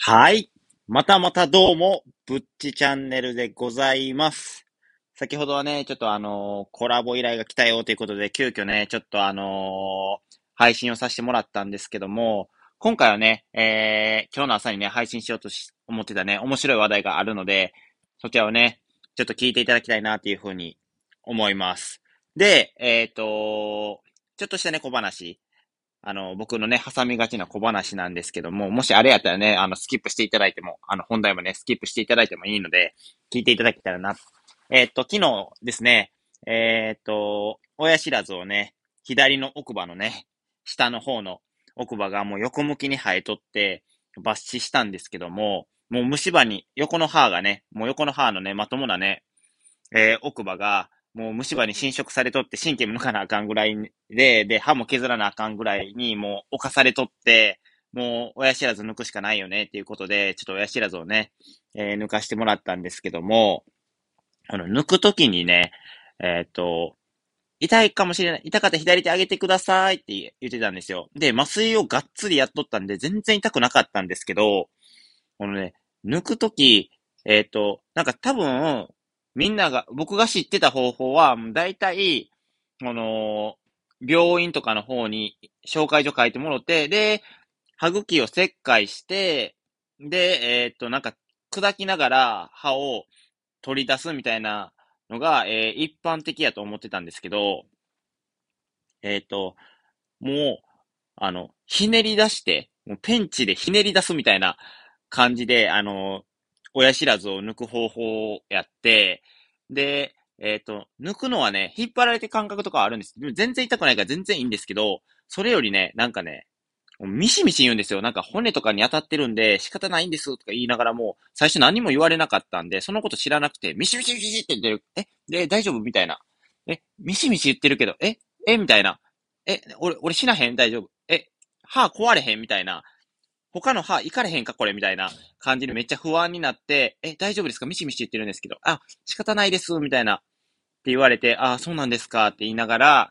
はい。またまたどうも、ぶっちチャンネルでございます。先ほどはね、ちょっとコラボ依頼が来たよということで、急遽ね、ちょっと配信をさせてもらったんですけども、今回はね、今日の朝にね、配信しようと思ってたね、面白い話題があるので、そちらをね、ちょっと聞いていただきたいなというふうに思います。で、ちょっとしたね、小話。僕のね、挟みがちな小話なんですけども、もしあれやったらね、スキップしていただいても、本題もね、スキップしていただいてもいいので、聞いていただけたらな。昨日ですね、親知らずをね、左の奥歯のね、下の方の奥歯がもう横向きに生えとって、抜歯したんですけども、もう虫歯に、横の歯がね、もう横の歯のね、まともなね、奥歯が、もう虫歯に侵食されとって神経も抜かなあかんぐらいで、歯も削らなあかんぐらいにもう侵されとって、もう親知らず抜くしかないよねっていうことで、ちょっと親知らずをね、抜かしてもらったんですけども、抜くときにね、えっと、痛いかもしれない。痛かったら左手上げてくださいって言ってたんですよ。で、麻酔をがっつりやっとったんで、全然痛くなかったんですけど、このね、抜くとき、なんか多分、僕が知ってた方法は、だいたい、この、病院とかの方に紹介状書いてもろて、で、歯茎を切開して、で、なんか砕きながら歯を取り出すみたいなのが、一般的やと思ってたんですけど、えっと、もう、ひねり出して、もうペンチでひねり出すみたいな感じで、親知らずを抜く方法やって、で、抜くのはね、引っ張られて感覚とかはあるんです。でも全然痛くないから全然いいんですけど、それよりね、なんかね、ミシミシ言うんですよ。なんか骨とかに当たってるんで仕方ないんですとか言いながらも、最初何も言われなかったんで、そのこと知らなくて、ミシミシミシって言ってる。大丈夫みたいな。ミシミシ言ってるけど、みたいな。俺死なへん大丈夫。歯壊れへんみたいな。他の歯いかれへんかこれみたいな感じでめっちゃ不安になって、大丈夫ですかミシミシ言ってるんですけど、仕方ないです、みたいな。って言われて、そうなんですかって言いながら、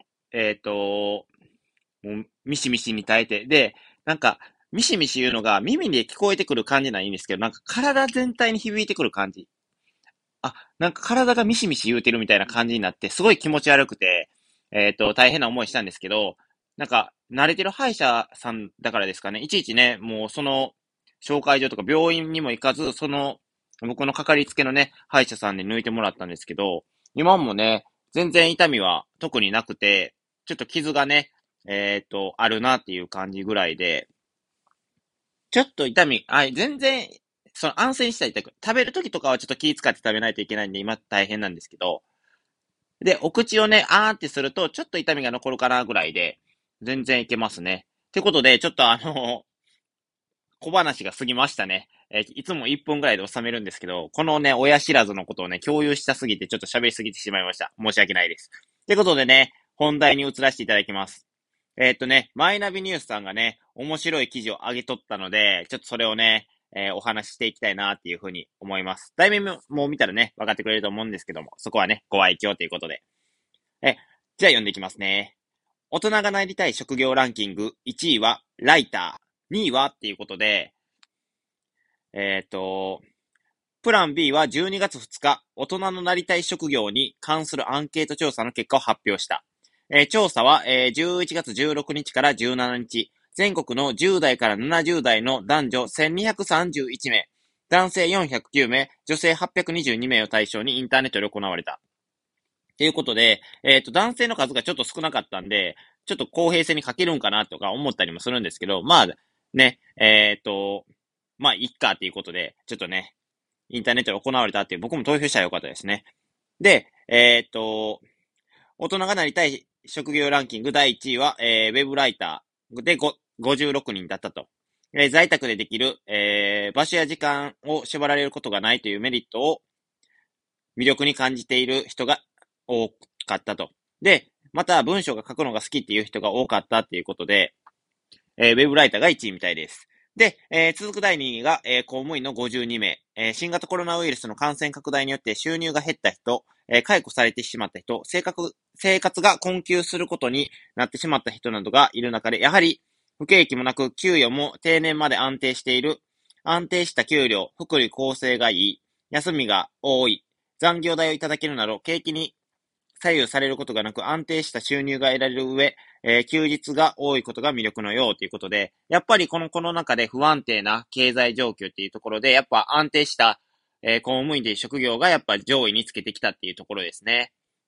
もうミシミシに耐えて、で、なんか、ミシミシ言うのが耳で聞こえてくる感じなんいいんですけど、なんか体全体に響いてくる感じ。なんか体がミシミシ言うてるみたいな感じになって、すごい気持ち悪くて、大変な思いしたんですけど、なんか、慣れてる歯医者さんだからですかね、いちいちね、もうその、紹介所とか病院にも行かず、僕のかかりつけのね、歯医者さんで抜いてもらったんですけど、今もね、全然痛みは特になくて、ちょっと傷がね、あるなっていう感じぐらいで、ちょっと痛み、全然、安静にしたら痛く、食べるときとかはちょっと気遣って食べないといけないんで、今大変なんですけど、で、お口をね、あーってすると、ちょっと痛みが残るかなぐらいで、全然いけますね。ってことで、ちょっと小話が過ぎましたね。いつも1分ぐらいで収めるんですけど、このね、親知らずのことをね、共有したすぎて、ちょっと喋りすぎてしまいました。申し訳ないです。ってことでね、本題に移らせていただきます。マイナビニュースさんがね、面白い記事を上げとったので、ちょっとそれをね、お話ししていきたいなっていうふうに思います。題名も見たらね、分かってくれると思うんですけども、そこはね、ご愛嬌ということで。え、じゃあ読んでいきますね。大人がなりたい職業ランキング1位はライター、2位はっていうことで、えっと、プラン B は12月2日、大人のなりたい職業に関するアンケート調査の結果を発表した。調査は、11月16日から17日、全国の10代から70代の男女1231名、男性409名、女性822名を対象にインターネットで行われた。ということで、男性の数がちょっと少なかったんで、ちょっと公平性に欠けるんかなとか思ったりもするんですけど、まあ、ね、まあ、いっかっていうことで、ちょっとね、インターネットで行われたっていう、僕も投票したらよかったですね。で、大人がなりたい職業ランキング第1位は、ウェブライターで56人だったと。在宅でできる、場所や時間を縛られることがないというメリットを魅力に感じている人が多かったと。で、また文章が書くのが好きっていう人が多かったっていうことで、ウェブライターが1位みたいです。で、続く第2位が、公務員の52名、新型コロナウイルスの感染拡大によって収入が減った人、解雇されてしまった人、生活が困窮することになってしまった人などがいる中で、やはり不景気もなく給与も定年まで安定している安定した給料、福利厚生がいい、休みが多い、残業代をいただけるなど、景気に左右されることがなく安定した収入が得られる上、休日が多いことが魅力のようということで、やっぱりこのコロナ禍で不安定な経済状況っていうところで、やっぱ安定した、公務員という職業がやっぱ上位につけてきたっていうところですね。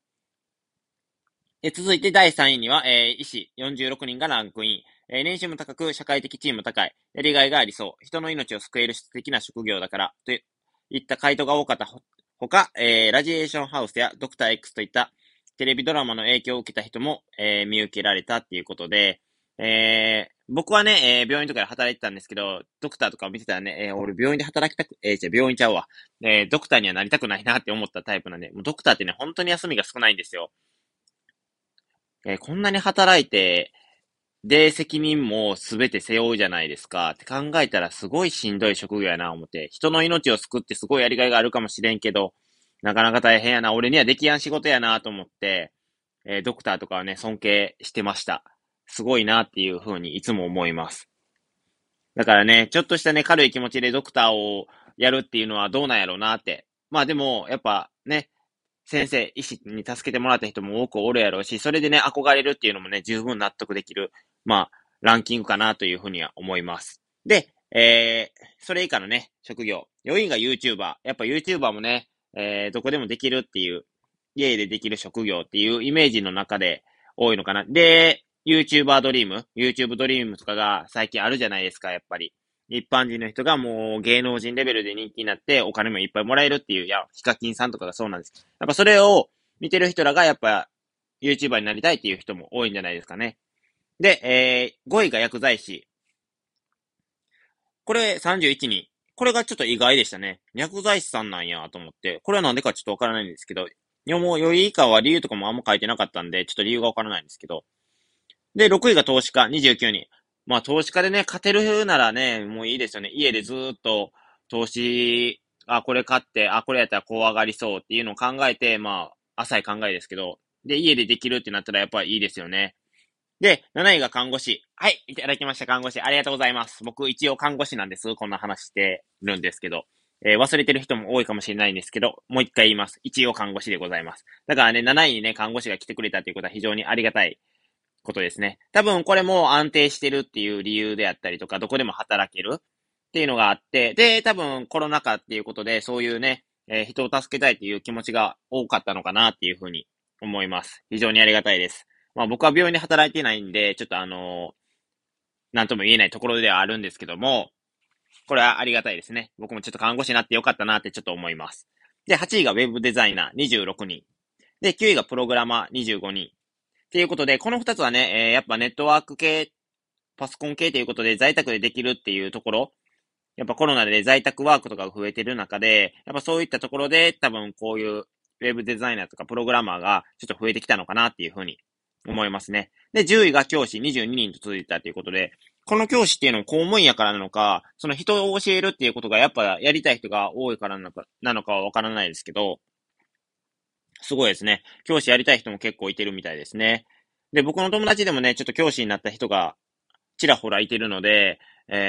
続いて第3位には、医師46人がランクイン。年収も高く、社会的地位も高い。やりがいがありそう。人の命を救える質的な職業だから。といった回答が多かったほか、ラジエーションハウスやドクター X といったテレビドラマの影響を受けた人も、見受けられたっていうことで、僕はね、病院とかで働いてたんですけど、ドクターとかを見てたらね、俺病院で働きたく、じゃ病院ちゃうわ。ドクターにはなりたくないなって思ったタイプなんで、もうドクターってね、本当に休みが少ないんですよ。こんなに働いて、で、責任もすべて背負うじゃないですか。って考えたらすごいしんどい職業やな思って。人の命を救ってすごいやりがいがあるかもしれんけど、なかなか大変やな。俺にはできやん仕事やなと思って、ドクターとかはね、尊敬してました。すごいなっていうふうにいつも思います。だからね、ちょっとしたね、軽い気持ちでドクターをやるっていうのはどうなんやろうなって。まあでも、やっぱね、先生、医師に助けてもらった人も多くおるやろうし、それでね、憧れるっていうのもね、十分納得できる、まあ、ランキングかなというふうには思います。で、それ以下のね、職業。4位が YouTuber。やっぱ YouTuber もね、どこでもできるっていう、家でできる職業っていうイメージの中で多いのかな。で、YouTuber ドリーム、YouTube ドリームとかが最近あるじゃないですか、やっぱり。一般人の人がもう芸能人レベルで人気になってお金もいっぱいもらえるっていう、いや、ヒカキンさんとかがそうなんです。やっぱそれを見てる人らがやっぱ YouTuber になりたいっていう人も多いんじゃないですかね。で、5位が薬剤師。これ31人。これがちょっと意外でしたね。薬剤師さんなんやと思って。これはなんでかちょっとわからないんですけど、もう4位以下は理由とかもあんま書いてなかったんで、ちょっと理由がわからないんですけど。で、6位が投資家29人。まあ投資家でね、勝てるならね、もういいですよね。家でずーっと投資、これ買って、これやったらこう上がりそうっていうのを考えて、まあ、浅い考えですけど、で、家でできるってなったらやっぱりいいですよね。で、7位が看護師。はい、いただきました、看護師。ありがとうございます。僕、一応看護師なんです。こんな話してるんですけど。忘れてる人も多いかもしれないんですけど、もう一回言います。一応看護師でございます。だからね、7位にね、看護師が来てくれたということは非常にありがたいことですね。多分これも安定してるっていう理由であったりとか、どこでも働けるっていうのがあって、で、多分コロナ禍っていうことで、そういうね、人を助けたいっていう気持ちが多かったのかなっていうふうに思います。非常にありがたいです。まあ僕は病院で働いてないんで、ちょっとなんとも言えないところではあるんですけども、これはありがたいですね。僕もちょっと看護師になってよかったなってちょっと思います。で、8位がウェブデザイナー26人。で、9位がプログラマー25人。っていうことで、この2つはね、やっぱネットワーク系、パソコン系ということで在宅でできるっていうところ、やっぱコロナで在宅ワークとかが増えてる中で、やっぱそういったところで多分こういうウェブデザイナーとかプログラマーがちょっと増えてきたのかなっていうふうに思いますね。で、10位が教師22人と続いたということで、この教師っていうのも公務員やからなのか、その人を教えるっていうことがやっぱやりたい人が多いからなのかはわからないですけど、すごいですね。教師やりたい人も結構いてるみたいですね。で、僕の友達でもね、ちょっと教師になった人がちらほらいてるので、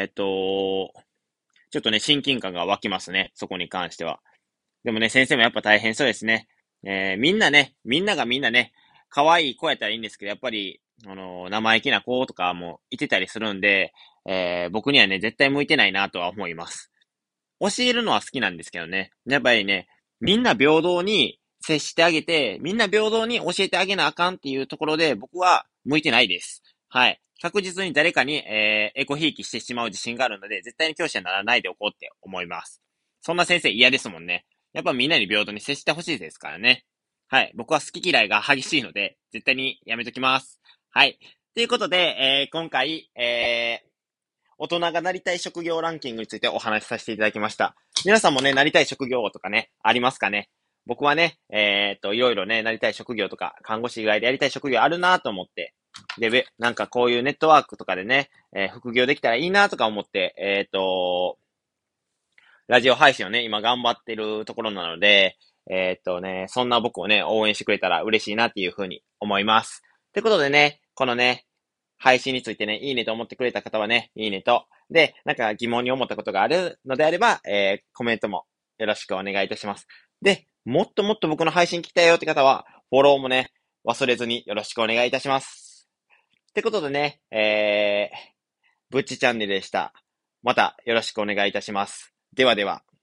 ちょっとね、親近感が湧きますね。そこに関しては。でもね、先生もやっぱ大変そうですね。みんなね、みんながみんなね、可愛い子やったらいいんですけど、やっぱり、生意気な子とかもいてたりするんで、僕にはね、絶対向いてないなとは思います。教えるのは好きなんですけどね。やっぱりね、みんな平等に接してあげて、みんな平等に教えてあげなあかんっていうところで、僕は向いてないです。はい。確実に誰かに、エコひいきしてしまう自信があるので、絶対に教師にならないでおこうって思います。そんな先生嫌ですもんね。やっぱみんなに平等に接してほしいですからね。はい。僕は好き嫌いが激しいので、絶対にやめときます。はい。ということで、今回、大人がなりたい職業ランキングについてお話しさせていただきました。皆さんもね、なりたい職業とかね、ありますかね。僕はね、いろいろね、なりたい職業とか、看護師以外でやりたい職業あるなと思って、で、なんかこういうネットワークとかでね、副業できたらいいなとか思って、ラジオ配信をね、今頑張ってるところなので、そんな僕をね、応援してくれたら嬉しいなっていうふうに思います。ということでね、このね、配信についてね、いいねと思ってくれた方はね、いいねと、 で、なんか疑問に思ったことがあるのであれば、コメントもよろしくお願いいたします。で、もっともっと僕の配信聞きたいよって方は、フォローもね、忘れずによろしくお願いいたします。ってことでね、ぶっちチャンネルでした。またよろしくお願いいたします。ではでは。